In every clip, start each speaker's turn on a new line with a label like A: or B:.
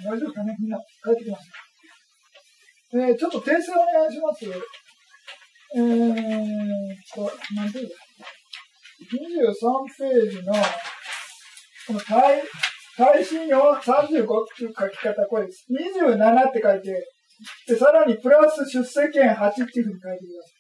A: 大丈夫かね、みんな帰ってきました。ちょっと訂正お願いします。なんていうか、23ページの、この耐震35っていう書き方、これです。27って書いて、で、さらにプラス出世権8っていうふうに書いてください。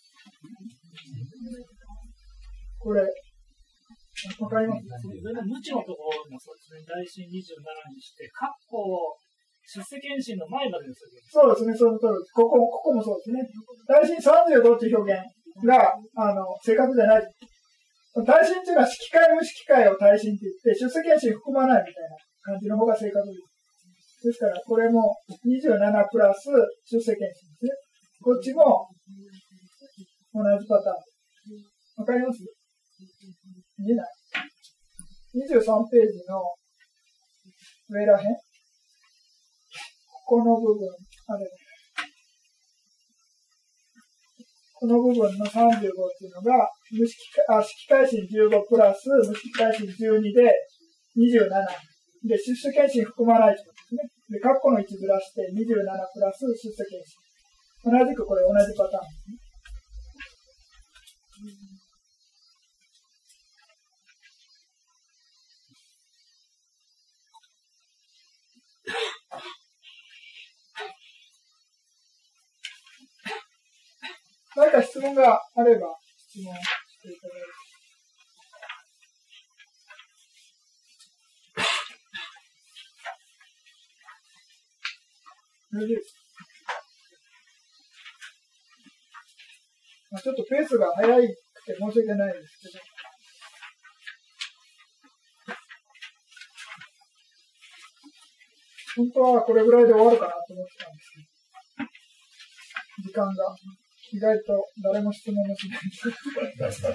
A: これ、わかりますか？
B: 無知のところもそうですね、耐震27にして、括弧出世検診の前までですよね。
A: そうですね、その通りです。ここもそうですね。耐震35っていう表現が、正確じゃない。耐震っていうのは、式会無式会を耐震って言って、出世検診含まないみたいな感じの方が正確です。ですから、これも27プラス出世検診ですね。こっちも同じパターン。わかります？見えない？ 23 ページの上らへん、ここの部分、この部分の35っていうのが、式会心15プラス無式会心12で27。で、出世検診含まないということですね。で、括弧の1ずらして27プラス出世検診。同じくこれ同じパターンですね。何か質問があれば質問していただいて。大丈夫です。ちょっとペースが速くて申し訳ないですけど。本当はこれぐらいで終わるかなと思ってたんですけど、時間が意外と誰も質問もしないです。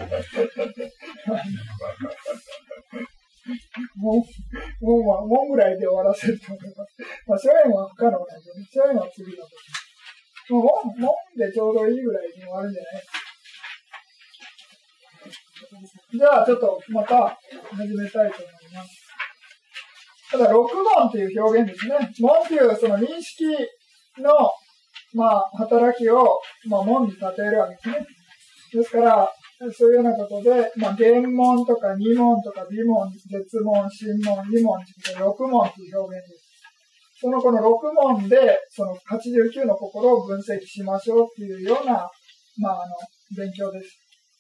A: もうぐらいで終わらせると思います。まあ、ショーエンは不可能なんでね。ショーエンは次の時。もうでちょうどいいぐらいに終わるんじゃないですか。じゃあちょっとまた始めたいと思います。ただ、6問っていう表現ですね。問っていうその認識の、働きを、問に例えるわけですね。ですから、そういうようなことで、原問とか二問とか微問、絶問、真問、二問っていう6問っていう表現です。この6問で、その89の心を分析しましょうっていうような、勉強です。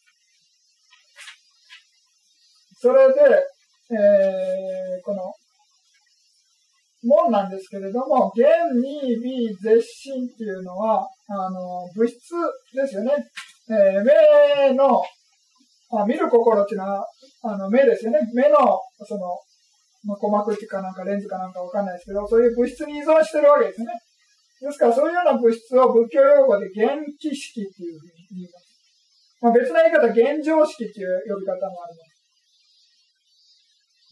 A: それで、この、門なんですけれども、原二微絶心っていうのは、物質ですよね。目の、見る心っていうのは、目ですよね。目の、鼓膜っていうかなんかレンズかなんかわかんないですけど、そういう物質に依存してるわけですね。ですから、そういうような物質を仏教用語で原気式っていうふうに言います。別な言い方、現状式っていう呼び方もあります。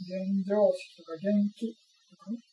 A: 現状式とか元気とかね。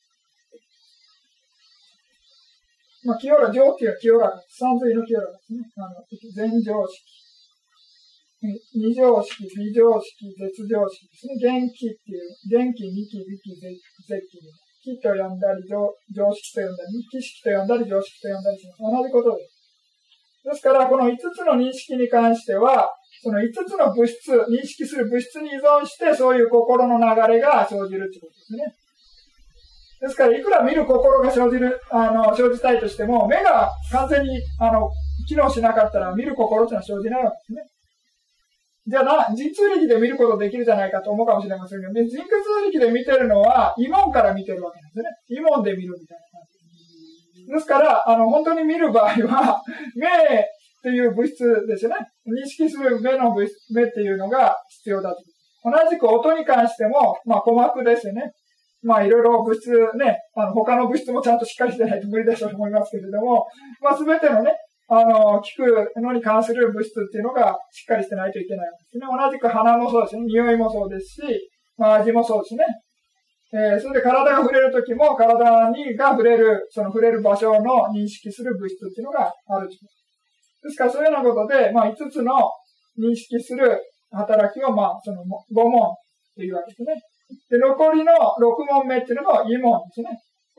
A: 清ら、上っていう清ら、三髄の清らですね。前常識。二常識、微常識、絶常識ですね。元気っていう、元気、二気、微気、絶気。気と呼んだり、常識と呼んだり、気式と呼んだり、常識と呼んだりします。同じことです。ですから、この5つの認識に関しては、その5つの物質、認識する物質に依存して、そういう心の流れが生じるということですね。ですから、いくら見る心が生じたいとしても、目が完全に、機能しなかったら、見る心というのは生じないわけですね。じゃあ人通力で見ることできるじゃないかと思うかもしれませんけど、ね、人通力で見てるのは、異門から見てるわけなんですね。異門で見るみたいな感じ。ですから、本当に見る場合は、目っていう物質ですよね。認識する目っていうのが必要だと。同じく音に関しても、鼓膜ですよね。いろいろ物質ね、他の物質もちゃんとしっかりしてないと無理でしょうと思いますけれども、すべてのね、聞くのに関する物質っていうのがしっかりしてないといけないわけですね。同じく鼻もそうですね。匂いもそうですし、味もそうですね。それで体が触れるときも体が触れる、その触れる場所の認識する物質っていうのがある。ですからそういうようなことで、5つの認識する働きを、その5問っていうわけですね。で、残りの6問目っていうのが異問ですね。こ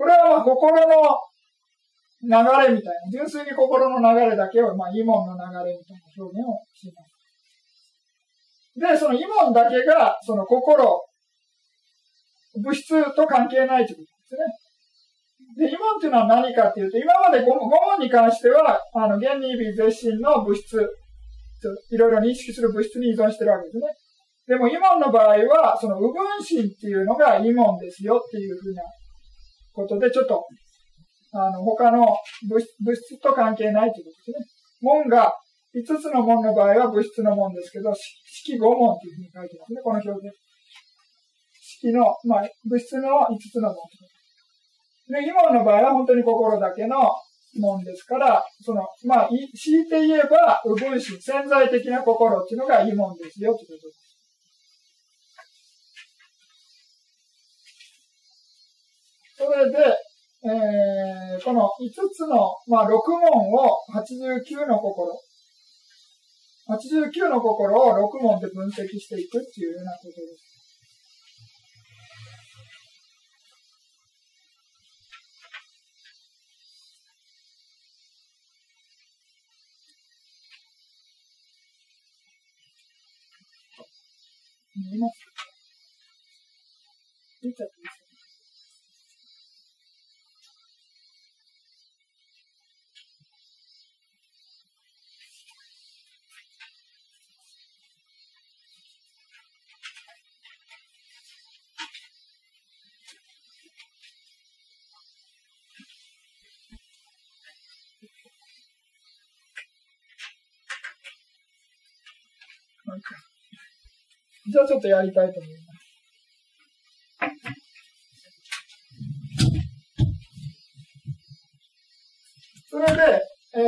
A: これは心の流れみたいな、純粋に心の流れだけを、イモンの流れみたいな表現をします。で、そのイモンだけが、その心、物質と関係ないということですね。で、イモンというのは何かというと、今まで5問に関しては、原理微絶心の物質、いろいろ認識する物質に依存しているわけですね。でも、イモンの場合は、その右分心っていうのがイモンですよっていうふうなことで、ちょっと、他の物質と関係ないということですね。門が、5つの門の場合は物質の門ですけど、式5門というふうに書いてますね、この表現。式の、物質の5つの門。で、イモンの場合は本当に心だけの門ですから、強いて言えば、右分心、潜在的な心っていうのがイモンですよということです。それで、この5つの、6問を89の心を6問で分析していくっていうようなことです。見えますか？見ちゃっていいですか？じゃあちょっとやりたいと思います。それで、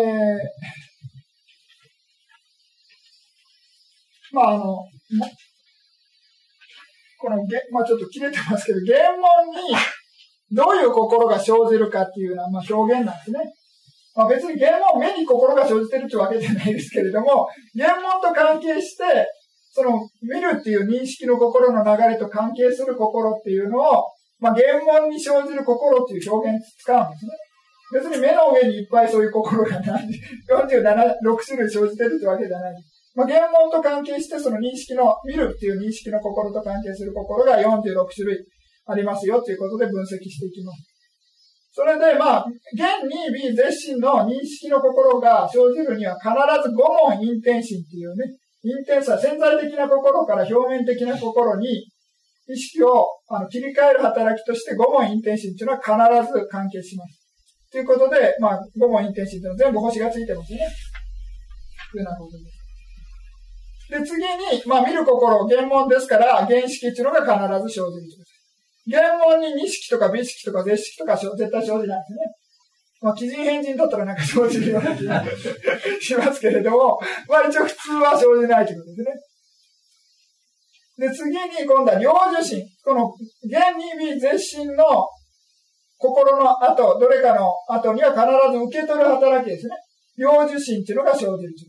A: このちょっと切れてますけど、原文にどういう心が生じるかっていうのは、表現なんですね。別に原文、目に心が生じてるってわけじゃないですけれども、原文と関係して、その見るっていう認識の心の流れと関係する心っていうのを、原文に生じる心っていう表現使うんですね。別に目の上にいっぱいそういう心が47、6種類生じてるってわけじゃない。原文と関係して、その認識の、見るっていう認識の心と関係する心が46種類ありますよということで分析していきます。それで、原に微絶心の認識の心が生じるには必ず5問因転心っていうね、因転さ、潜在的な心から表面的な心に意識を切り替える働きとして5問因転心っていうのは必ず関係します。ということで、5問因転心っていうのは全部星がついてますね。というようなことです。で、次に、見る心、原文ですから、原式っていうのが必ず生じる。原文に二式とか美式とか絶式とか絶対生じないですね。奇人変人だったら生じるような気がしますけれども、一応普通は生じないということですね。で、次に今度は領受心。この原に微絶心の心の後、どれかの後には必ず受け取る働きですね。領受心っていうのが生じるということです。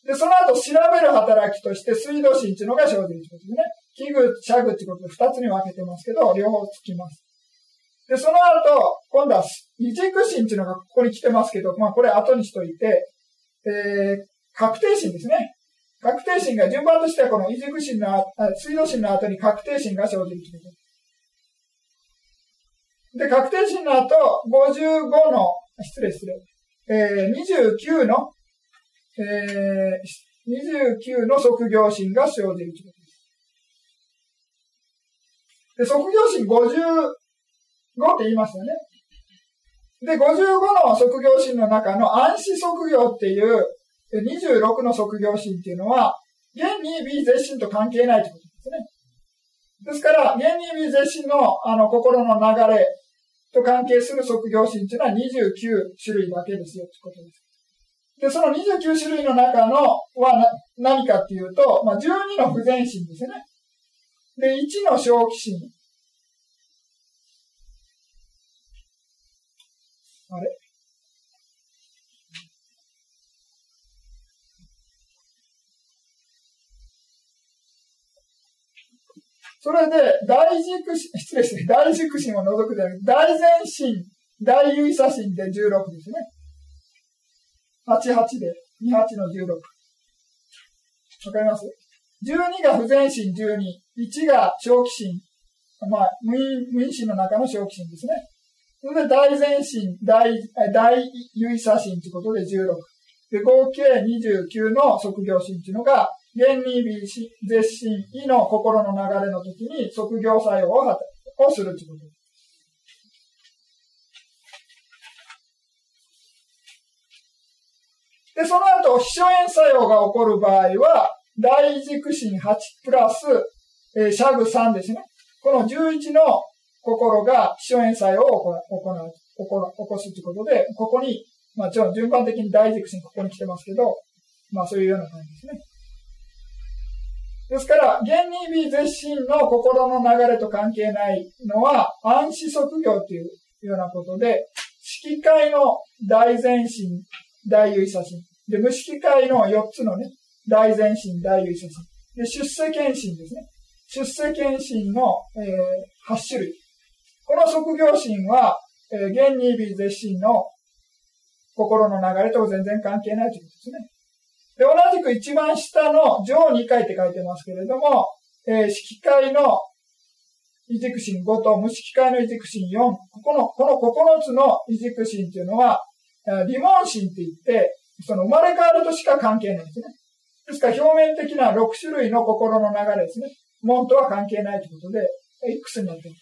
A: で、その後調べる働きとして水道心っていうのが生じるということですね。器具、社具ってことで2つに分けてますけど、両方つきます。で、その後、今度は、異軸心っていうのがここに来てますけど、これ後にしといて、確定心ですね。確定心が順番としてはこの異軸心の、水道心の後に確定心が生じるということ。で、確定心の後、59の、29の即業心が生じるということです。で、即業心55って言いますよね。で、55の即業心の中の暗視即業っていう26の即業心っていうのは、原に微絶心と関係ないということですね。ですから、原に微絶心の心の流れと関係する即業心っていうのは29種類だけですよということです。で、その29種類の中のは何かっていうと、12の不全心ですね。で、1の正気心。あれそれで、大軸心を除くじゃなくて、大前心、大唯差心で16ですね。88で、28の16。わかります？ 12 が不全心12、1が小気心、無因心の中の小気心ですね。それで大前心、大唯差心ということで16。で、合計29の即行心というのが、原二微絶心意の心の流れの時に即行作用をするということです。で、その後、秘書縁作用が起こる場合は、大軸心8プラス、シャグ3ですね。この11の心が秘書縁作用を起こすということで、ここに、順番的に大軸心ここに来てますけど、そういうような感じですね。ですから、原二微絶心の心の流れと関係ないのは、暗視即行というようなことで、色界の大前心、大唯差心。で、無色界の4つのね、大前心、大唯差心。で、出世見心ですね。出世見心の、8種類。この即行心は、原二微絶心の心の流れと全然関係ないということですね。で、同じく一番下の上2回って書いてますけれども、色界の異軸心5と無色界の異軸心4。この9つの異軸心というのは、理問心って言って、その生まれ変わるとしか関係ないんですね。ですから表面的な6種類の心の流れですね。門とは関係ないということで、X になっています。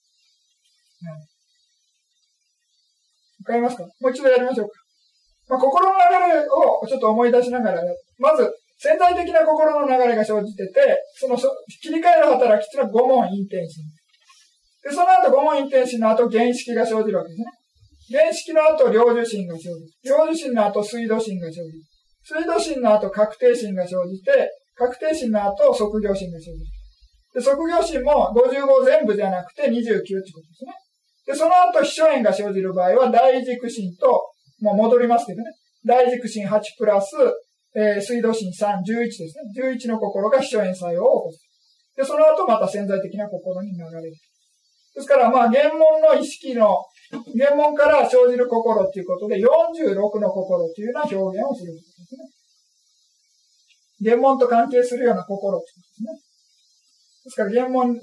A: わかりますか？もう一度やりましょうか。心の流れをちょっと思い出しながら、まず潜在的な心の流れが生じてて、切り替える働きというのは五問陰天心。で、その後五問陰天心の後原式が生じるわけですね。原式の後領受心が生じる。領受心の後水道心が生じる。水道心の後確定心が生じて、確定心の後即行心が生じる。で、即行心も55全部じゃなくて29ということですね。で、その後秘書縁が生じる場合は大軸心と、戻りますけどね。大軸心8プラス、水道心3、11ですね。11の心が秘書縁作用を起こす。で、その後また潜在的な心に流れる。ですから、原門の意識の、原門から生じる心ということで、46の心というような表現をするということですね。原門と関係するような心ということですね。ですから、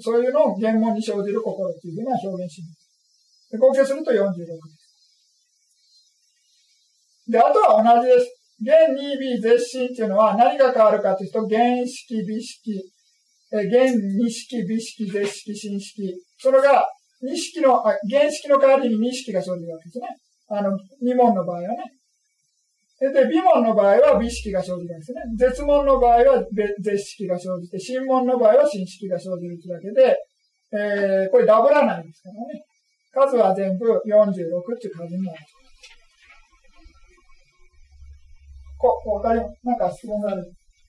A: そういうのを原門に生じる心というような表現します。で、合計すると46です。で、あとは同じです。原二微絶心っていうのは何が変わるかというと、原式、微式、原二式、微式、絶式、心式。それが、原式の代わりに二式が生じるわけですね。二問の場合はね。で、微問の場合は微式が生じるんですね。絶問の場合は絶式が生じて、心問の場合は心式が生じるというだけで、これダブらないですからね。数は全部46っていう数になる。わかります？なんか質問がある。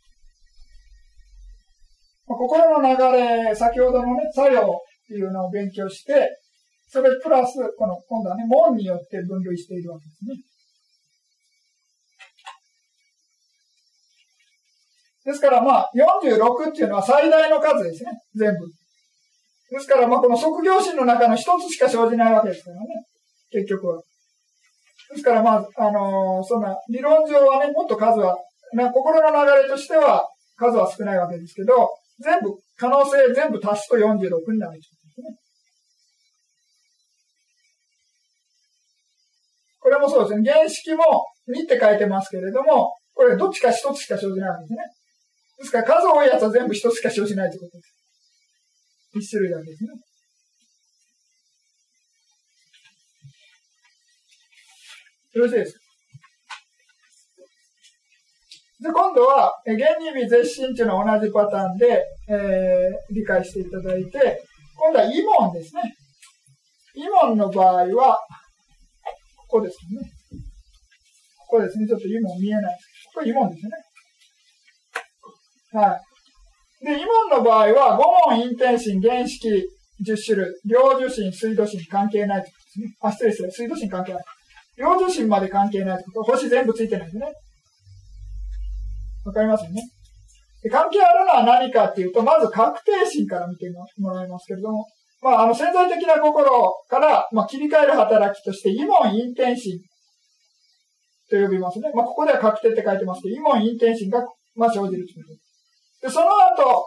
A: 心の流れ、先ほどのね、作用っていうのを勉強して、それプラス、今度はね、門によって分類しているわけですね。ですから46っていうのは最大の数ですね、全部。ですからこの即行心の中の一つしか生じないわけですからね、結局は。ですからそんな、理論上はね、もっと数は、心の流れとしては数は少ないわけですけど、可能性全部足すと46になるということですね。これもそうですね。原式も2って書いてますけれども、これどっちか一つしか生じないわけですね。ですから数多いやつは全部一つしか生じないということです。一種類だけですね。よろしいですか？で、今度は、原二微絶心というのは同じパターンで、理解していただいて、今度は異門ですね。異門の場合は、ここですね。ここですね。ちょっと異門見えない。これ異門ですね。はい。で、異門の場合は、五門陰天心、原式10種類、領受心、水道心関係ないということですね。失礼。水道心関係ない。領受心まで関係ないということ。星全部ついてないですね。わかりますよね。 で関係あるのは何かっていうと、まず確定心から見てもらいますけれども、潜在的な心から、切り替える働きとして、異門陰転心と呼びますね。ここでは確定って書いてますけど、異門陰転心が、生じるということで。で、その後、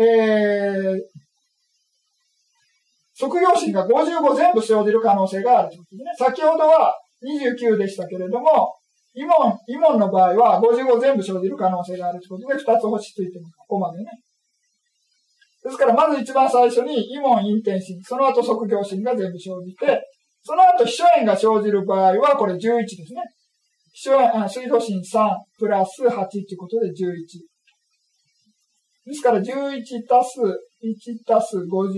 A: 測量心が55全部生じる可能性があるということですね。先ほどは29でしたけれども、異門の場合は55全部生じる可能性があるということで、2つ星ついてます。ここまでね。ですから、まず一番最初に異門陰転心、その後測量心が全部生じて、その後秘書縁が生じる場合は、これ11ですね。水道心3プラス8ということで11。ですから、11たす1たす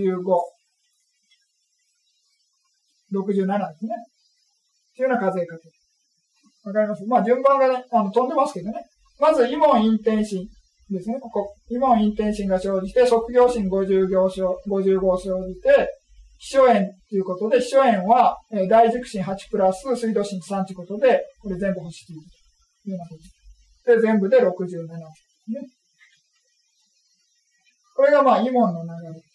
A: 55。67ですね。っていうような数え方。わかります？順番がね、飛んでますけどね。まず、異門陰転心ですね。ここ、異門陰転心が生じて、測量心55生じて、秘書縁ということで、秘書縁は、大軸心8プラス水道心3ということで、これ全部星ついているというようなことで、全部で67ですね。これが異門の流れ。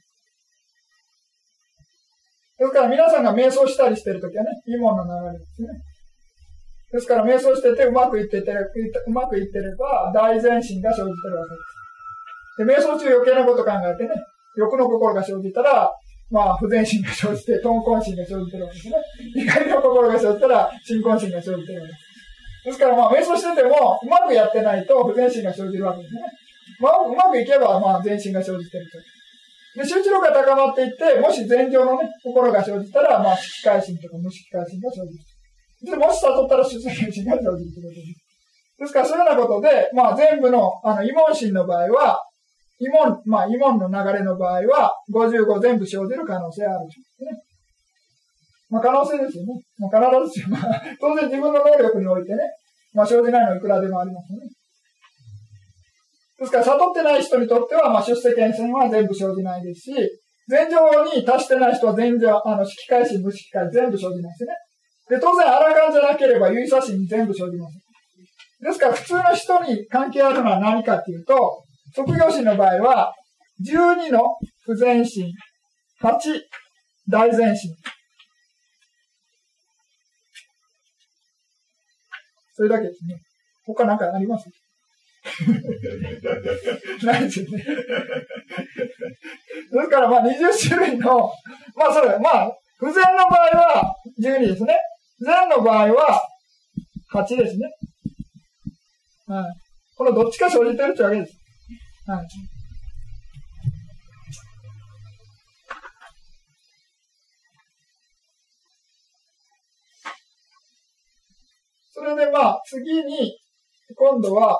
A: ですから皆さんが瞑想したりしているときはね、異門の流れですね。ですから瞑想しててうまくいってれば、大前進が生じてるわけです。で、瞑想中余計なこと考えてね、欲の心が生じたら、不全心が生じて、貪魂心が生じてるわけですね。怒りの心が生じたら、信魂心が生じてるわけです。ですから瞑想してても、うまくやってないと不全心が生じるわけですね。うまくいけば、全心が生じてると。で、集中力が高まっていって、もし禅定のね、心が生じたら、色界心とか無色界心が生じる。で、もし悟ったら出世心が生じるということです。ですから、そういうようなことで、全部の、異門心の場合は、異門の流れの場合は、55全部生じる可能性があるんですね。可能性ですよね。必ずしも、当然自分の能力においてね、生じないのいくらでもありますよね。ですから、悟ってない人にとっては、出世権心は全部生じないですし、禅定に達してない人は色界心、無色界全部生じないですね。で、当然、アラカンじゃなければ、唯差心に全部生じます。ですから、普通の人に関係あるのは何かっていうと、測量心の場合は、12の不全心、8、大前心。それだけですね。他何かあります？ないですよね。ですから、20種類の、不全の場合は12ですね。全の場合は8ですね。はい。このどっちか生じてるってわけです。はい。それで次に、今度は、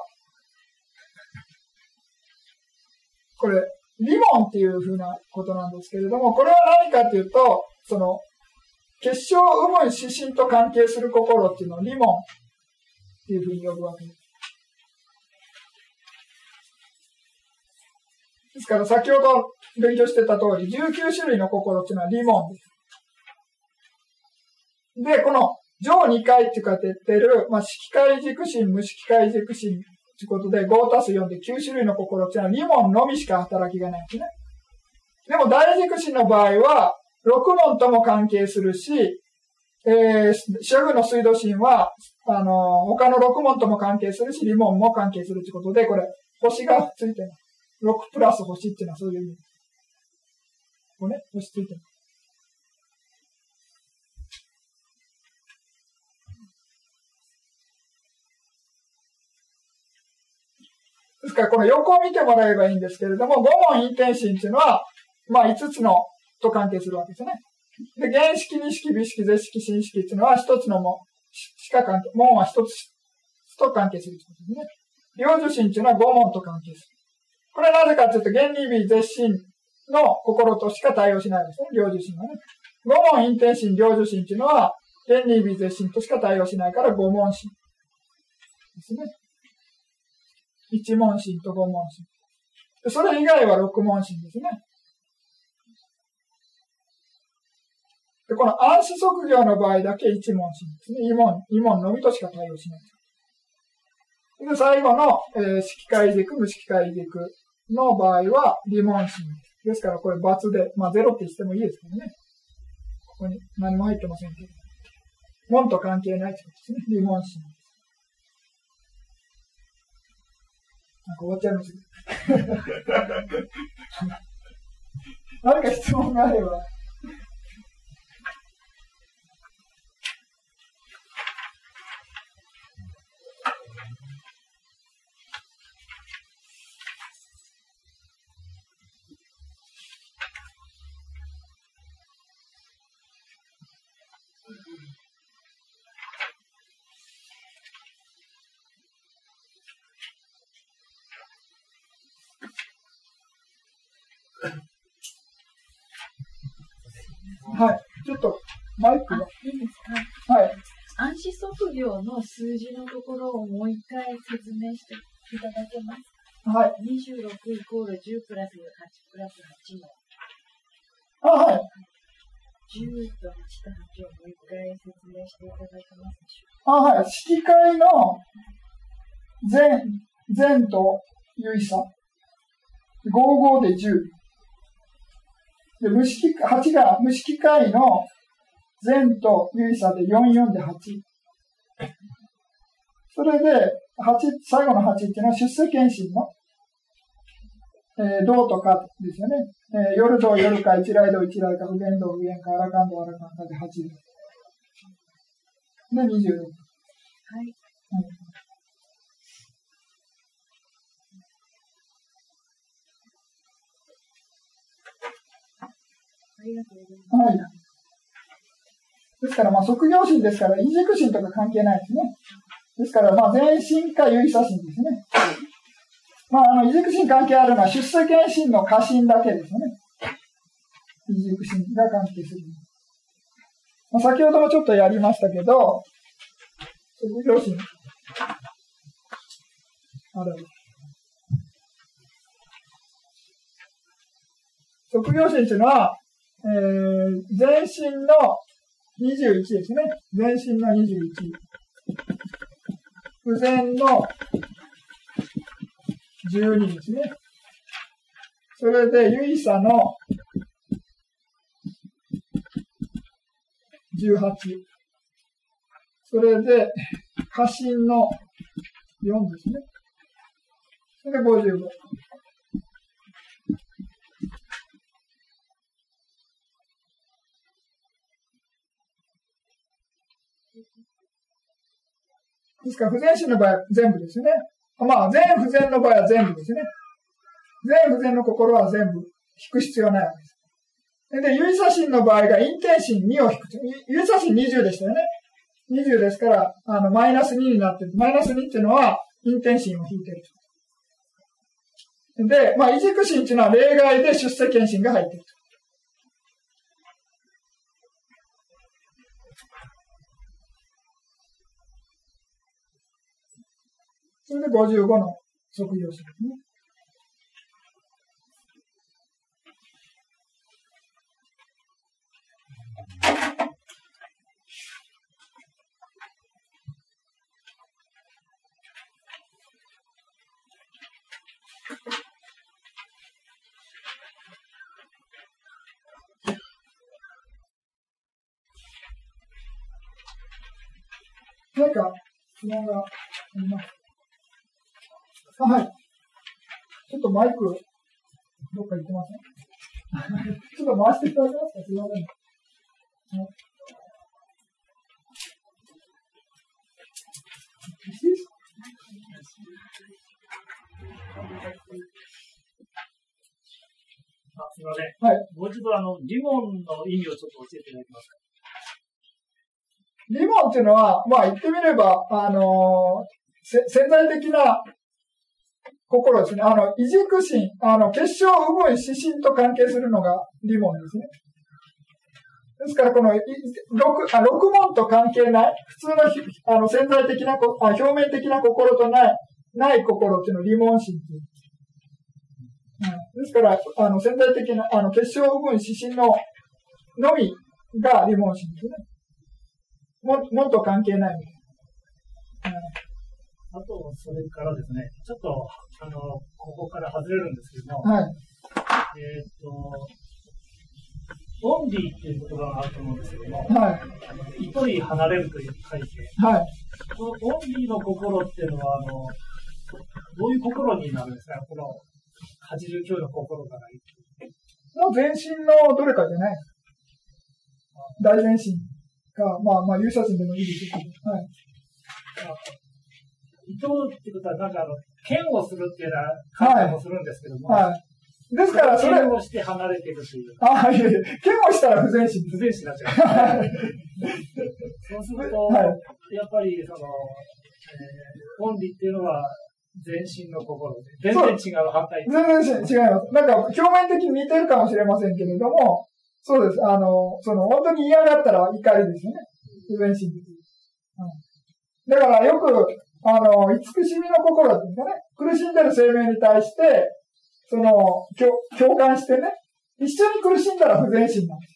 A: これ、理門っていうふうなことなんですけれども、これは何かというと、結晶を生む指針と関係する心っていうのを理門っていうふうに呼ぶわけです。ですから先ほど勉強してた通り、19種類の心っていうのは理門です。で、この上2回って書いてる、色界軸心、無色界軸心ということで、5たす4で9種類の心っていうのは理門のみしか働きがないんですね。でも大軸心の場合は、6門とも関係するし、諸具の水道心は、他の6門とも関係するし、理門も関係するということで、これ、星がついてます。6プラス星っていうのはそういう意味です。これね、星ついてます。ですから、この横を見てもらえばいいんですけれども、五門陰転心っていうのは、5つのと関係するわけですね。で、原式、二式、美式、絶式、新式っていうのは一つの門しか関係、門は一つと関係するということですね。領受心っていうのは五門と関係する。これはなぜかというと、原理美、絶心の心としか対応しないんですね、領受心はね。五門陰転心、領受心っていうのは、原理美、絶心としか対応しないから五門心ですね。一門心と五門心。それ以外は六門心ですね。で、この暗視測量の場合だけ一門心ですね。異門のみとしか対応しない。 で最後の、色界軸、無色界軸の場合は、リモンシンです。ですから、これ×で、まあ0ってしてもいいですけどね。ここに何も入ってませんけど。門と関係ないということですね。リモンシンです。なんか終わっちゃいます。何か質問があれば。はい。ちょっと、マイクが。
C: いいですか？
A: はい。
C: 暗視測量の数字のところをもう一回説明していただけますか？
A: はい。
C: 26イコール10プラス8プラス8の。
A: はい。
C: 10と8と8をもう一回説明していただけますでしょうか？
A: はい。色界の善と有意差。55で10。で、8が無色界の善と有意差で44で8。それで、最後の8っていうのは出世検診の、道とかですよね。夜道、夜か、一来道、一来か、普遍道、普遍か、アラカン道、アラカンかで8です。で、26。はい。はい。ですから、まあ、測量心ですから、異軸心とか関係ないですね。ですから、まあ、全心か有意差心ですね。まあ、異軸心関係あるのは、出世検心の過心だけですね。異軸心が関係する。まあ、先ほどもちょっとやりましたけど、測量心。測量心というのは、全身の21ですね。全身の21。不全の12ですね。それで、有意差の18。それで、過信の4ですね。それで55。ですから、不全心の場合は全部ですね。まあ、全不全の場合は全部ですね。全不全の心は全部引く必要ないわけです。で、有意差心の場合が陰天心2を引く。有意差心20でしたよね。20ですから、マイナス2になってる。マイナス2っていうのは陰天心を引いている。で、まあ、異軸心っていうのは例外で出世検心が入っている。それで55の測量心ですね。何か質問がありますか？はい。ちょっとマイク、どっか行ってません？ちょっと回していただけますか？すいません。
B: すみません。
A: はい。
B: もう一度リモンの意味をちょっと教えていただけますか？
A: リモンっていうのは、まあ言ってみれば、潜在的な心ですね。異軸心、結晶不分指針と関係するのがリモンですね。ですから、この六門と関係ない、普通の潜在的な、表面的な心とない心っていうのをリモン心っていう。ですから、潜在的な、結晶不分指針のみがリモン心ですね。門と関係ない。
B: あと、それからですね、ちょっと、ここから外れるんですけども、
A: はい。
B: オンリーっていう言葉があると思うんですけども、
A: はい。
B: 一人離れるという書いて、
A: はい。
B: このオンリーの心っていうのは、どういう心になるんですか、この89の心から言って。
A: もう全身のどれかじゃない。大全身か、有写真でもいいですけど、はい。
B: 伊藤ってことは、なんか剣をするっていうような感じもするんですけども、
A: はい。ですから、それ。
B: 剣をして離れていくという。
A: ああ、いえいえ。剣をしたら不全身。
B: 不全身になっちゃう。そうすると、はい、やっぱり、オンリーっていうのは、全身の心で。全然違う反対。
A: 全然違います。なんか、表面的に似てるかもしれませんけれども、そうです。本当に嫌だったら怒りですよね。不全身です。だから、よく、慈しみの心っていうんですかね。苦しんでる生命に対して、共感してね、一緒に苦しんだら不全身なんです。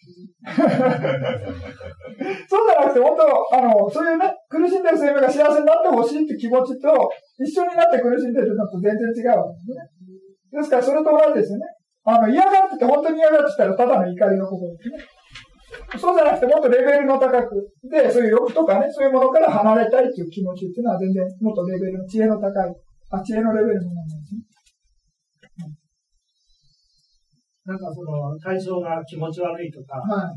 A: そうじゃなくて、本当、そういうね、苦しんでる生命が幸せになってほしいって気持ちと、一緒になって苦しんでるのと全然違うわけですね。ですから、それと同じですよね。嫌がってて、本当に嫌がってたら、ただの怒りの心ですね。そうじゃなくて、もっとレベルの高く、で、そういう欲とかね、そういうものから離れたいっていう気持ちっていうのは、全然、もっとレベルの、知恵の高い、知恵のレベルのものですね。
B: なんか対象が気持ち悪いとか、はい、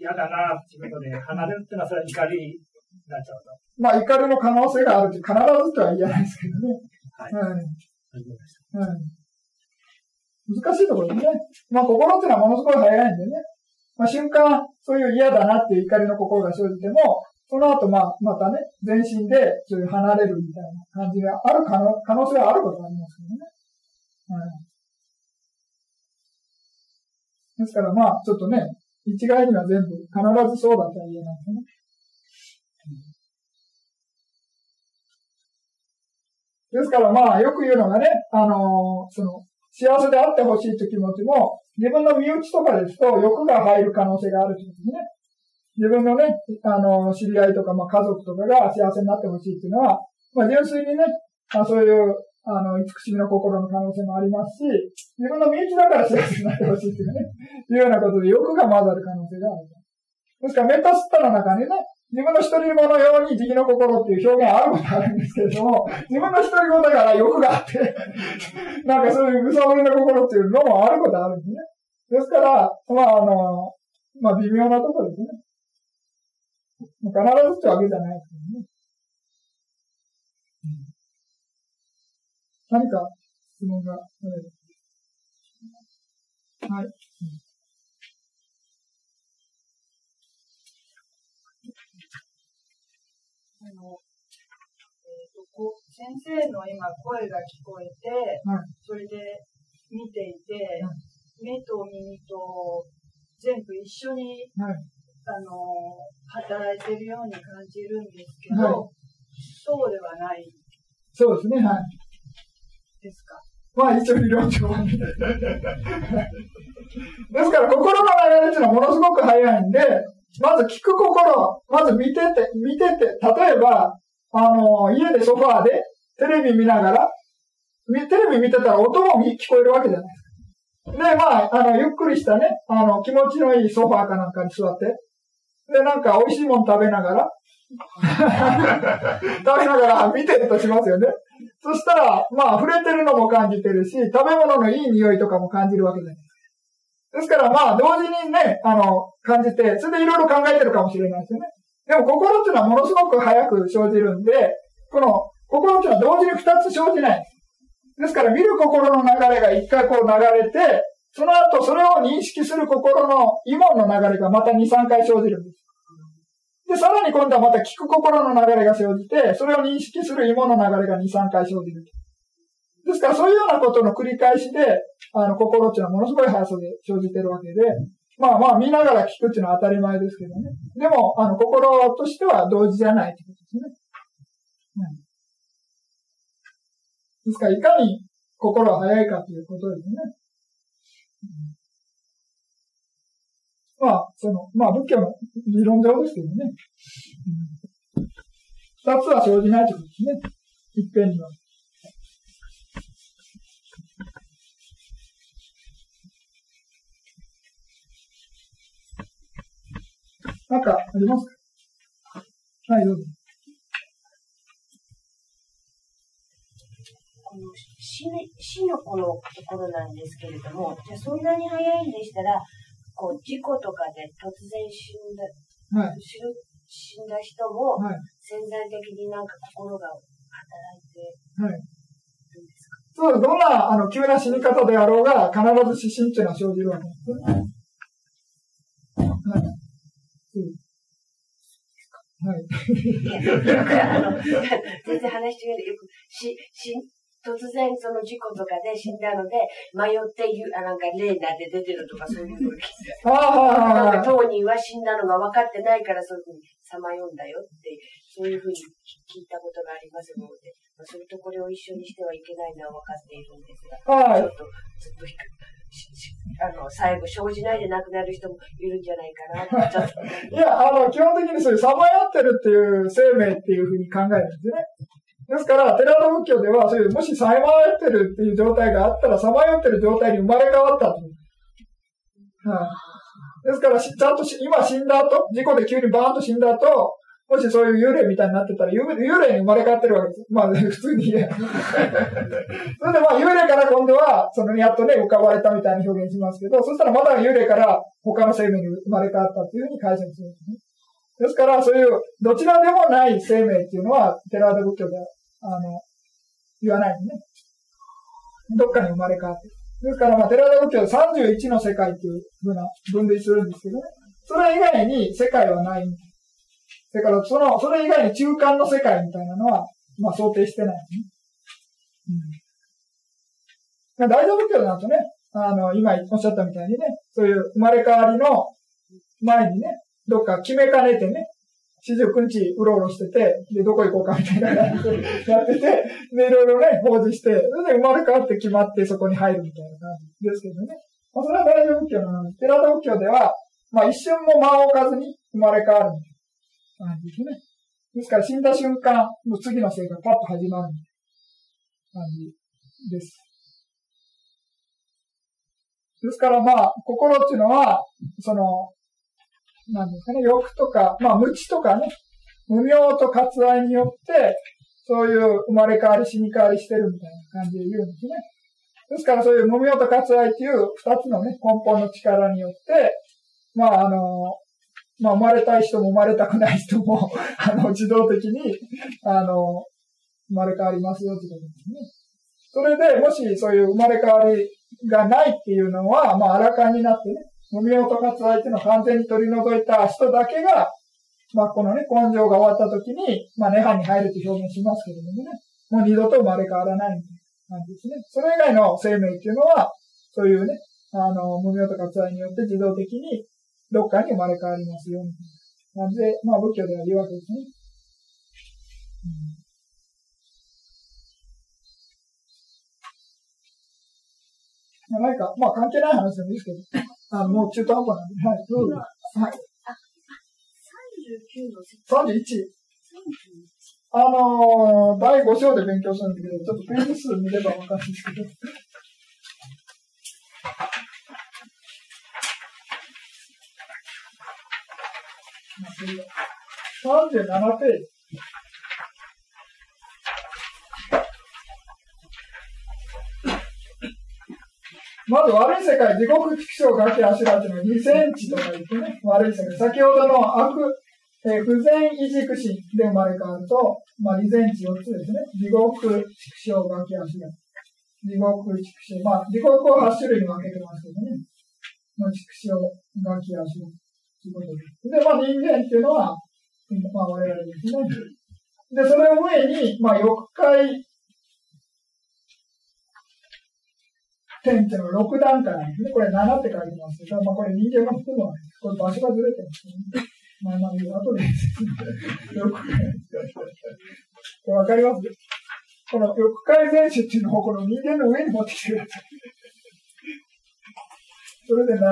B: 嫌だなっていうことで離れるっていうのはそれは怒りになっちゃうと。
A: 怒りの可能性があるって必ずとは言えないですけどね。はい。難しいところですね。心っていうのはものすごい早いんでね。瞬間、そういう嫌だなっていう怒りの心が生じても、その後またね、全身でそういう離れるみたいな感じがある可能性があることがありますけどね。ですからちょっとね、一概には全部必ずそうだとは言えないですね。ですからよく言うのがね、幸せであってほしいという気持ちも、自分の身内とかですと欲が入る可能性があるということですね。自分のね、知り合いとか家族とかが幸せになってほしいというのは、純粋にね、そういう慈しみの心の可能性もありますし、自分の身内だから幸せになってほしいというね、いうようなことで欲が混ざる可能性がある。ですから、メタスッタの中にね、自分の独り者のように慈悲の心っていう表現あることあるんですけれども、自分の独り者だから欲があって、なんかそういう無差別な心っていうのもあることあるんですね。ですから、微妙なところですね。必ずってわけじゃないですけどね。何か質問があれば。はい。
C: 先生の今声が聞こえて、はい、それで見ていて、はい、目と耳と全部一緒に、はい、働いてるように感じるんですけど、はい、そうではない。
A: そうですね、はい。
C: ですか。
A: 一応理論上はね。ですから、心の流れっていうのはものすごく早いんで、まず聞く心、まず見てて、例えば、家でソファーでテレビ見ながら、テレビ見てたら音も聞こえるわけじゃないですか。で、ゆっくりしたね、気持ちのいいソファーかなんかに座って、で、なんか美味しいもの食べながら、見てるとしますよね。そしたら、触れてるのも感じてるし、食べ物のいい匂いとかも感じるわけじゃないですか。ですから、同時にね、感じて、それでいろいろ考えてるかもしれないですよね。でも、心っていうのはものすごく早く生じるんで、この、心っていうのは同時に二つ生じないんです。ですから、見る心の流れが一回こう流れて、その後、それを認識する心の慰問の流れがまた2、3回生じるんです。で、さらに今度はまた聞く心の流れが生じて、それを認識する慰問の流れが2、3回生じる。ですから、そういうようなことの繰り返しで、心っていうのはものすごい速さで生じてるわけで、見ながら聞くっていうのは当たり前ですけどね。でも、心としては同時じゃないってことですね。ですから、いかに心は速いかということですね。仏教の理論上ですけどね。二つは生じないということですね。 いっぺんには。なんかありますか？はい、どうぞ。
D: この死の子のところなんですけれども、じゃあそんなに早いんでしたら、こう事故とかで突然死んだ人も、潜在的になんか心が働いてるんですか？
A: そう、どんな急な死に方であろうが、必ず死神っていうのは生じるわけですね。はい。
D: 全然話違うよく突然その事故とかで死んだので迷ってなんか霊なって出てるとかそういうふうになんか当人は死んだのが分かってないからそういうふうにさまよんだよってそういうふうに聞いたことがありますので、それとこれを一緒にしてはいけないのは分かっているんですが、ちょっとずっと最後生じないで亡くなる人もいるんじゃないかなってちょっと
A: いや基本的にそういうさまよってるっていう生命っていうふうに考えるんですよね。ですから、テラワダ仏教では、そういうもしさまよってるっていう状態があったら、さまよってる状態に生まれ変わったと。ですから、ちゃんと今死んだ後、事故で急にバーンと死んだ後、もしそういう幽霊みたいになってたら、幽霊に生まれ変わってるわけです。まあ、普通に言え。それで幽霊から今度は、やっとね、浮かばれたみたいな表現しますけど、そしたらまた幽霊から他の生命に生まれ変わったというふうに解釈するんですね。ですから、そういう、どちらでもない生命っていうのは、テラワダ仏教では、言わないのね。どっかに生まれ変わってる。ですから、テラワダ仏教で31の世界っていうふうな分類するんですけどね。それ以外に世界はない。だから、それ以外に中間の世界みたいなのは、想定してない、ね。大乗仏教だとね、今おっしゃったみたいにね、そういう生まれ変わりの前にね、どっか決めかねてね、49日うろうろしてて、で、どこ行こうかみたいな感じでやってて、で、いろいろね、奉仕して、それで生まれ変わって決まってそこに入るみたいな感じですけどね。それは大乗仏教なので、テラワダ仏教では、一瞬も間を置かずに生まれ変わるみたいな感じですね。ですから死んだ瞬間、もう次の生がパッと始まるみたいな感じです。ですから心っていうのは、なんですかね、欲とか、無知とかね、無明と割愛によって、そういう生まれ変わり死に変わりしてるみたいな感じで言うんですね。ですからそういう無明と割愛っていう二つのね、根本の力によって、生まれたい人も生まれたくない人も、自動的に、生まれ変わりますよってことですね。それで、もしそういう生まれ変わりがないっていうのは、あらかんになってね、無明と割愛っていうのを完全に取り除いた人だけが、このね、根性が終わった時に、涅槃に入ると表現しますけれどもね、もう二度と生まれ変わらないみたいな感じですね。それ以外の生命っていうのは、そういうね、無明と割愛によって自動的にどっかに生まれ変わりますよ、みたいな感じで、仏教では言うわけですね。何か、関係ない話でもいいですけど、もう中途半端なんで、はい、どうぞ。はい。
D: 39の
A: 31。第5章で勉強したんだけど、ちょっとページ数見ればわかるんですけど。37ページ。まず悪い世界、地獄、畜生、崖、足らっていうのは2センチとか言ってね、悪い世界。先ほどの不全異軸心で生まれ変わると、二全地4つですね。地獄、畜生、崖、足ら。地獄、畜生。地獄を8種類に分けてますけどね。畜生、崖、足ら。ということで。で、人間っていうのは、我々ですね。で、それを上に、欲界、天っていうのは6段階なんですね。これ7って書いてますけど、これ人間の服の、これ場所がずれてますね。後でこれわかります？この欲界全種っていうのをこの人間の上に持ってきてください。それで7です。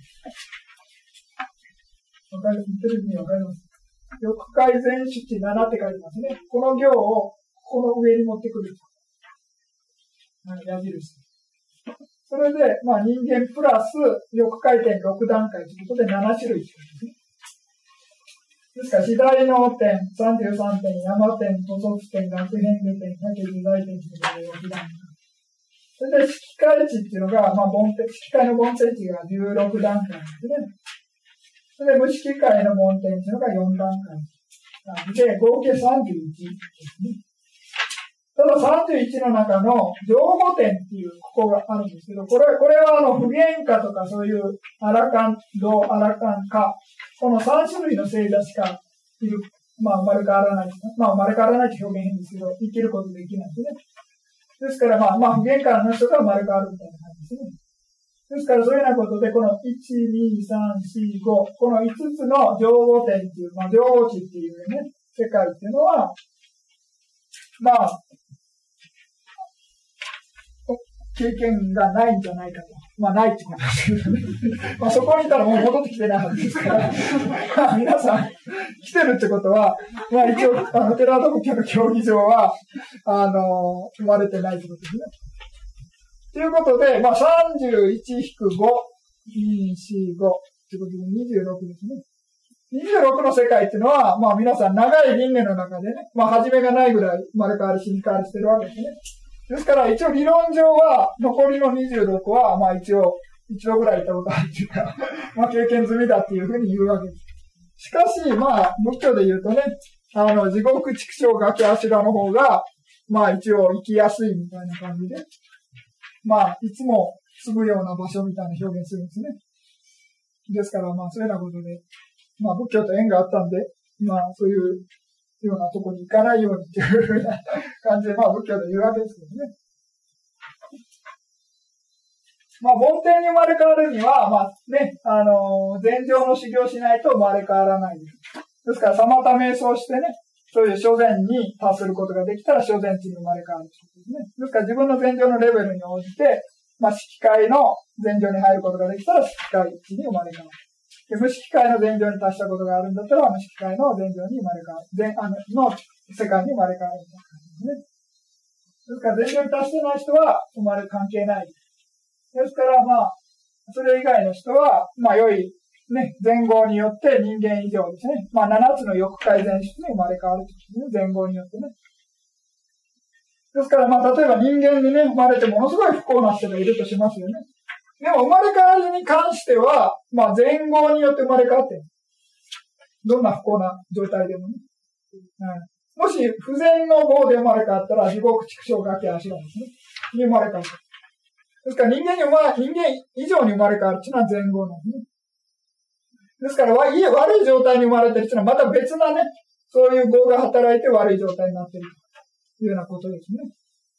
A: わかります？言ってる意味わかります？欲界全種って7って書いてますね。この行をこの上に持ってくる。矢印。それで、まあ人間プラス翼回転6段階ということで7種類ですね。ですから、肥大脳点、33点、山点、土足点、学変化点、だけ自在点ということで6段階。それで、色界値っていうのが、まあ、色界の凡点値が16段階ですね。それで、無色界の凡点っていうのが4段階。で、合計31ですね。ただ31の中の上5点っていうここがあるんですけど、これは不原価とかそういうアラカン、ドアラカンカ、この3種類の星座しかまあ生まれ変わらない。まあ生まれ変わらないって表現変ですけど、生きることできないですね。ですからまあ不原価の人が生まれ変わるみたいな感じですね。ですからそういうようなことで、この1、2、3、4、5、この5つの上5点っていう、まあ上5値っていうね、世界っていうのは、まあ、経験がないんじゃないかと。まあ、ないってことですけどね。まあ、そこにいたらもう戻ってきてないはずですから。まあ、皆さん、来てるってことは、まあ、一応、寺戸家の競技場は、生まれてないってことですね。ということで、まあ、31-5、2、4、5、ということで26ですね。26の世界っていうのは、まあ、皆さん長い輪廻の中でね、まあ、始めがないぐらい生まれ変わり死に変わりしてるわけですね。ですから、一応理論上は、残りの26は、まあ一度ぐらい行ったことあるっていうか、まあ経験済みだっていうふうに言うわけです。しかし、まあ、仏教で言うとね、地獄畜生崖頭の方が、まあ一応生きやすいみたいな感じで、まあ、いつも住むような場所みたいな表現するんですね。ですから、まあ、そういうようなことで、まあ、仏教と縁があったんで、まあ、そういうようなとこに行かないようにっていうふうな感じで、まあ、仏教で言うわけですけどね。まあ、梵天に生まれ変わるには、まあね、禅定の修行しないと生まれ変わらないです。ですから、サマタ瞑想してね、そういう諸禅に達することができたら、諸禅地に生まれ変わるということですね。ですから、自分の禅定のレベルに応じて、まあ、色界の禅定に入ることができたら、色界地に生まれ変わる。で、無色界の禅定に達したことがあるんだったら、無色界の禅定に生まれ変わる。の世界に生まれ変わるみたいな感じですね。ですから、禅定に達してない人は、生まれ関係ない。ですから、まあ、それ以外の人は、まあ、良い、ね、前後によって人間以上ですね。まあ、7つの欲界前出に生まれ変わるということですね。前後によってね。ですから、まあ、例えば人間にね、生まれてものすごい不幸な人がいるとしますよね。でも、生まれ変わりに関しては、まあ、前後によって生まれ変わってる。どんな不幸な状態でもね。もし、不全の業で生まれ変わったら、地獄畜生崖足なんですね。に生まれ変わる。ですから人間以上に生まれ変わるっていうのは前後なんですね。ですから、悪い状態に生まれてるっていうのはまた別なね、そういう業が働いて悪い状態になっているというようなことですね。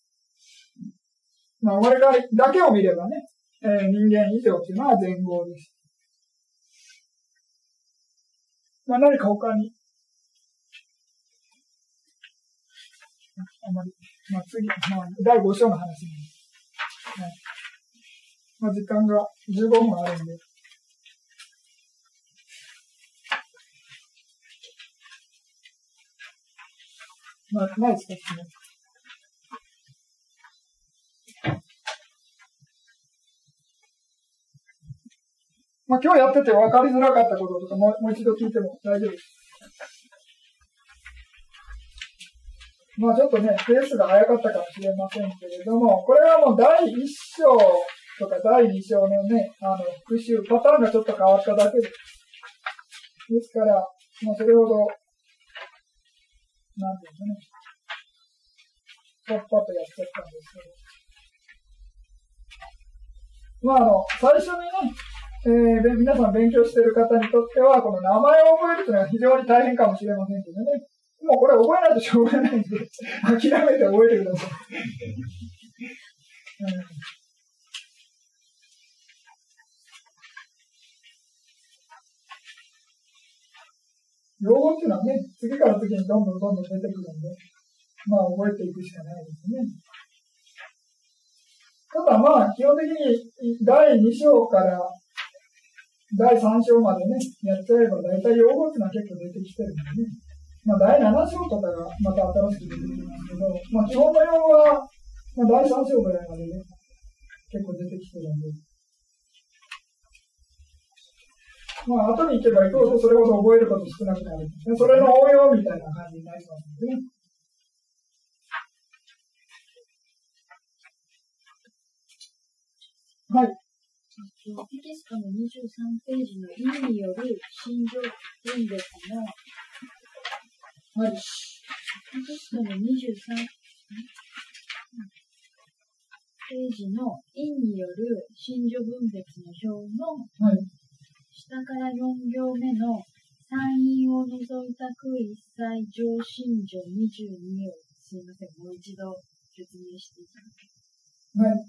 A: まあ、生まれ変わりだけを見ればね、人間以上っていうのは前後です。まあ、何か他に。あまり、まあ、次、まあ、第5章の話に。はい、まあ、時間が15分あるんで。まあ、ないですか、質問。まあ、今日やってて分かりづらかったこととかもう一度聞いても大丈夫です。まあちょっとね、ペースが早かったかもしれませんけれども、これはもう第1章とか第2章のね、復習、パターンがちょっと変わっただけです。ですから、まあそれほど、なんていうのね、パッパッとやっちゃったんですけど。まあ最初にね、皆さん勉強している方にとっては、この名前を覚えるというのは非常に大変かもしれませんけどね。もうこれ覚えないとしょうがないんで、諦めて覚えてください。用語っていうのはね、次から次にどんどん出てくるんで、まあ覚えていくしかないですね。ただまあ、基本的に第2章から第3章までね、やっちゃえば大体用語っていうのは結構出てきてるんでね。 まあ、第7章とかがまた新しく出てきますけど、まあ、基本の用語は、まあ、第3章ぐらいまでね、結構出てきてるんで、まあ、後に行けば行くほどそれほど覚えること少なくなる。それの応用みたいな感じになりますのでね。はい。
E: テキストの23ページの意味による心情分別の、
A: はい。
E: テキストの23ページの因による心情分別の表の、
A: はい、
E: 下から4行目の単因を除いた空一切上心情22をすいません、もう一度説明していただけ
A: ます。はい。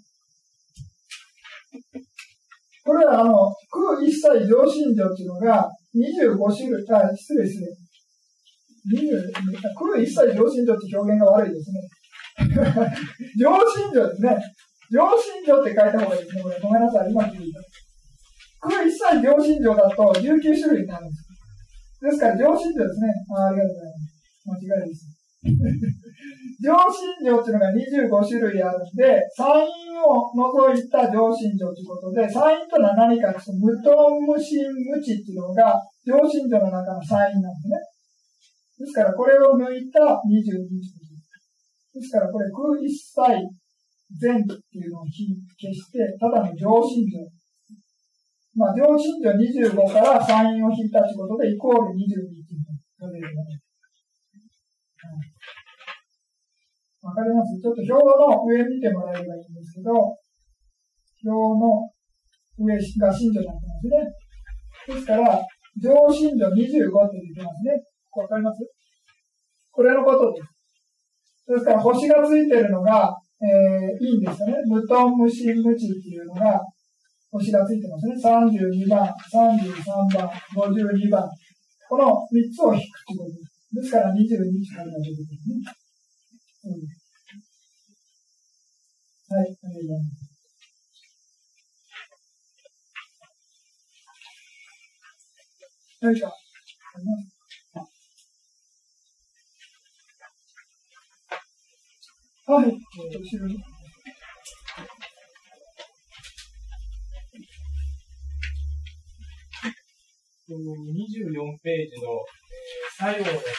A: これは空一切上心情っていうのが25種類、失礼。空一切上心情って表現が悪いですね。上心情ですね。上心情って書いた方がいいですね。これごめんなさい、今聞いた。空一切上心情だと19種類になるんです。ですから上心情ですね。ありがとうございます。間違いです。上心情っていうのが25種類あるんで、三因を除いた上心情ということで、三因というのは何かというと、無頓無心無知っていうのが上心情の中の三因なんですね。ですからこれを抜いた22種類。ですからこれ空一切全っていうのを消して、ただの上心情。まあ、上心情25から三因を引いたということで、イコール22っていうのを数えるのね。わかります？ちょっと表の上見てもらえればいいんですけど、表の上が心情になってますね。ですから、上心情25って出てますね。わかります？これのことです。ですから、星がついてるのが、いいんですよね。無頓無心無知っていうのが、星がついてますね。32番、33番、52番。この3つを引くということです。ですから、22って数が出てくるね。はい、ありがとうございます。何かありますか？はい、後ろに。
F: 24ページの、作用の表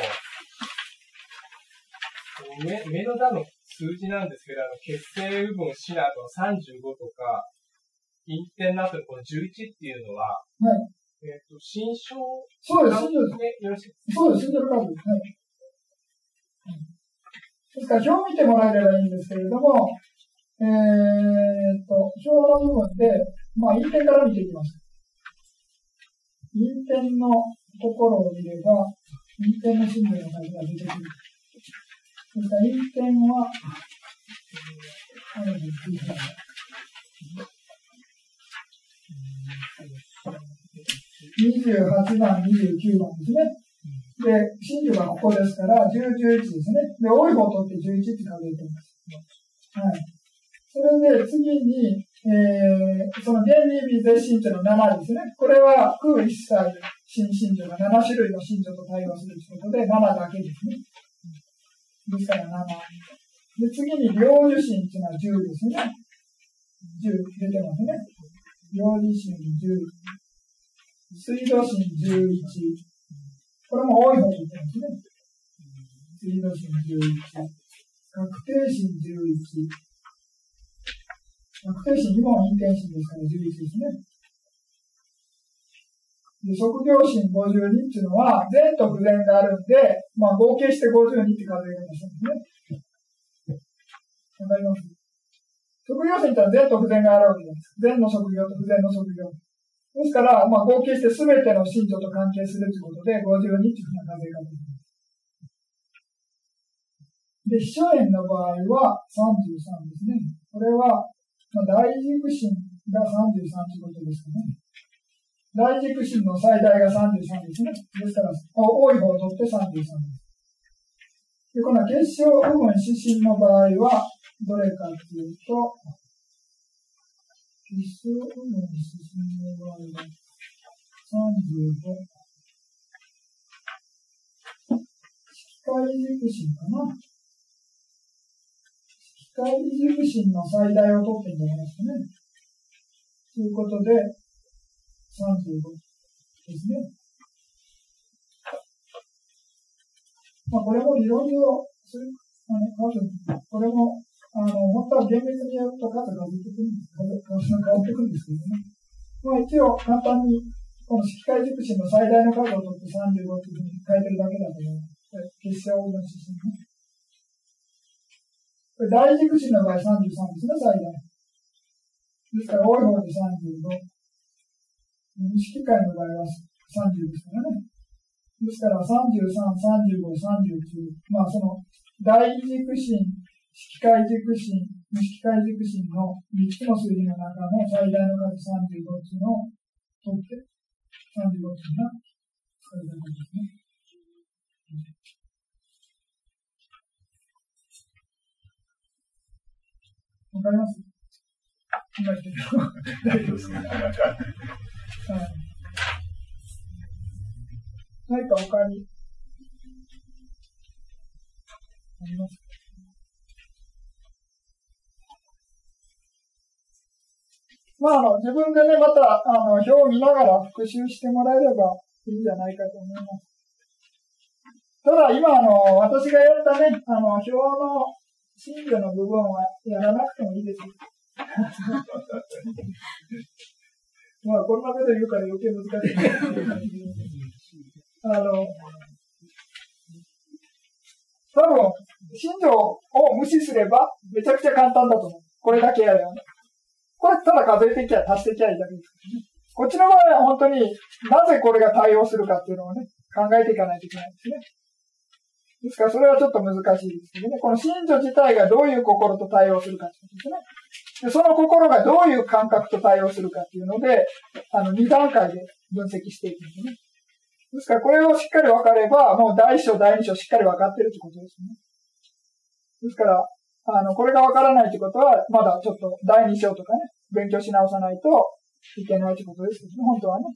F: の上の段の数字なんですけど、結成部分シナと35とか、陰点の後のこの11っていうのは、
A: はい。
F: 心象。
A: そうです、心象です。
F: よろしいですか？そうです、
A: 心象の数ですね。ですから表を見てもらえればいいんですけれども、表の部分で、まあ、陰点から見ていきます。陰点のところを見れば、陰点の心情の数が出てくる。ですから陰点は、28番、29番ですね。で、心情がここですから、10、11ですね。で、多い方を取って11って数えています。はい。それで、次に、その原理微絶心というの7ですね。これは空一切新心情が7種類の心情と対応するということで、7だけですね。ですから7。で、次に領受心というのは10ですね。10出てますね。領受心10。水道心11。これも多い方と言ってますね。水道心11。確定心11。確定心2本陰点心ですから11ですね。で、職業心52っていうのは、善と不善があるんで、まあ合計して52って数え方したんですね。わかります？職業心ってのは善と不善があるわけです。善の職業と不善の職業。ですから、まあ合計して全ての信条と関係するということで、52っていうふうな数え方です。で、秘書縁の場合は33ですね。これは、まあ、大軸心が33ということですかね。大軸心の最大が33ですね。ですから、多い方を取って33です。で、この結晶部分指針の場合は、どれかというと、結晶部分指針の場合は35。 械軸心かな。機械軸心の最大を取ってんじゃないですかね。ということで、35ですね。まあ、これも理論上、これも、本当は厳密にやると数が出てくるんです。数が変わってくるんですけどね。まあ、一応、簡単に、この機械軸心の最大の数を取って35というふうに書いてるだけだと思います。結晶を分子してね。これ大軸心の場合33ですね、最大。ですから、多い方で35。西機械の場合は30ですからね。ですから、33、35、39。まあ、その、大軸心、機械軸心、西機械軸心の3つの数字の中の最大の数35っていうのを取って、35っていうのは最大の数ですね。わかります？今言ってるの大丈夫ですか？何か他にありますか？まあ、自分でね、また、表を見ながら復習してもらえればいいんじゃないかと思います。ただ、今、私がやったね、表の真偽の部分はやらなくてもいいですよ。まあ、こんなこと言うから余計難しい。多分、真偽を無視すれば、めちゃくちゃ簡単だと思う。これだけやるよね。これただ数えていきゃ足していきゃいいだけですからね。こっちの場合は本当になぜこれが対応するかっていうのをね、考えていかないといけないですね。ですからそれはちょっと難しいですけどね。この信女自体がどういう心と対応するかってことですね。で、その心がどういう感覚と対応するかっていうので、2段階で分析していくんですね。ですからこれをしっかり分かれば、もう第1章、第2章しっかり分かってるってことですね。ですから、これがわからないということは、まだちょっと第2章とかね、勉強し直さないといけないということですけどね、本当はね。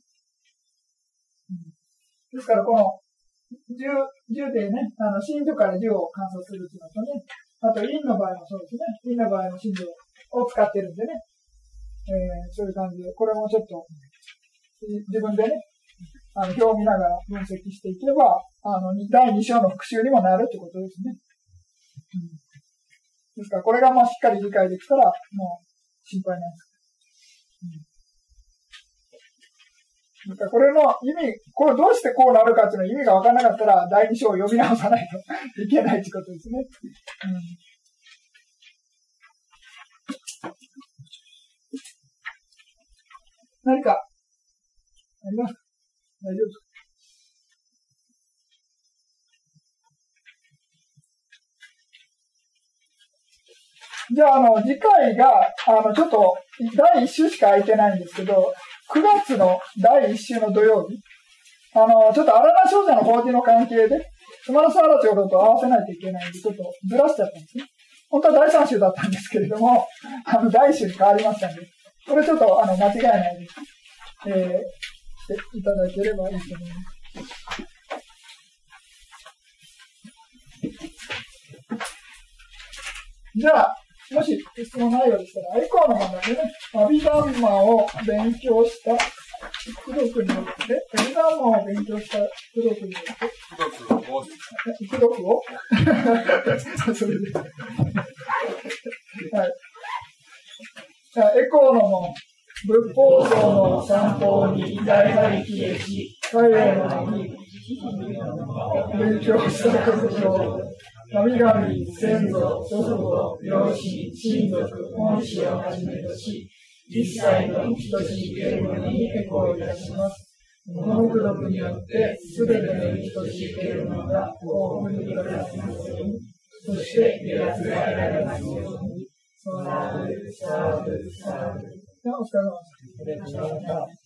A: ですから、この10でね、真女から10を観察するというのとね、あと陰の場合もそうですね、陰の場合も真女を使ってるんでね、そういう感じで、これもちょっと自分でね、表を見ながら分析していけば、第2章の復習にもなるということですね。ですから、これがしっかり理解できたら、もう心配ないです。だからこれの意味、これどうしてこうなるかっていうの意味が分からなかったら、第2章を読み直さないといけないということですね。何かありますか？大丈夫ですか？じゃあ、次回が、ちょっと、第1週しか空いてないんですけど、9月の第1週の土曜日、ちょっと荒名少女の法事の関係で、スマラスアラ長老と合わせないといけないんで、ちょっとずらしちゃったんですね。本当は第3週だったんですけれども、第1週に変わりましたんで、これちょっと、間違いないで、していただければいいと思います。じゃあ、もし質問ないようでしたら、エコーの学でね、アビダンマを勉強した功徳によって、アビダンマを勉強した功徳によって、功徳をそれで。はい。じゃあ、エコーの門、仏法僧の三法に大張り切れし、彼らのに勉強したことを、神々、先祖、祖父母、両親、親族、恩師をはじめとし、一切の等しい言語にエコーいたします。この功徳によって、すべての等しい言語が幸福にいただきますように、そして利益が得られますように。サーブ、サーブ、サーブ。お疲れ様です。